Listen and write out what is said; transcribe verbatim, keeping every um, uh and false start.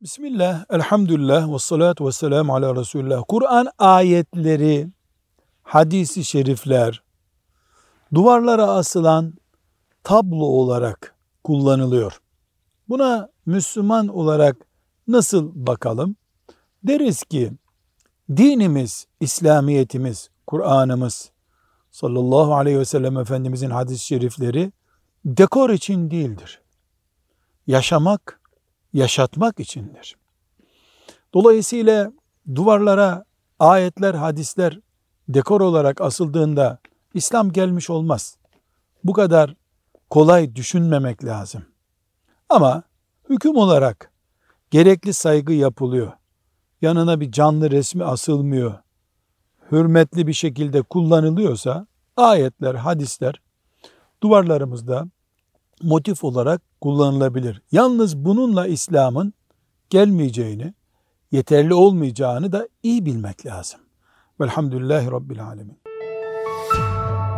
Bismillah, elhamdülillah, ve salatu ve selamu ala Resulullah. Kur'an ayetleri, hadis-i şerifler, duvarlara asılan tablo olarak kullanılıyor. Buna Müslüman olarak nasıl bakalım? Deriz ki, dinimiz, İslamiyetimiz, Kur'an'ımız, sallallahu aleyhi ve sellem Efendimizin hadis-i şerifleri, dekor için değildir. Yaşamak, yaşatmak içindir. Dolayısıyla duvarlara ayetler, hadisler dekor olarak asıldığında İslam gelmiş olmaz. Bu kadar kolay düşünmemek lazım. Ama hüküm olarak gerekli saygı yapılıyor. Yanına bir canlı resmi asılmıyor. Hürmetli bir şekilde kullanılıyorsa ayetler, hadisler duvarlarımızda motif olarak kullanılabilir. Yalnız bununla İslam'ın gelmeyeceğini, yeterli olmayacağını da iyi bilmek lazım. Velhamdülillahi Rabbil Alemin.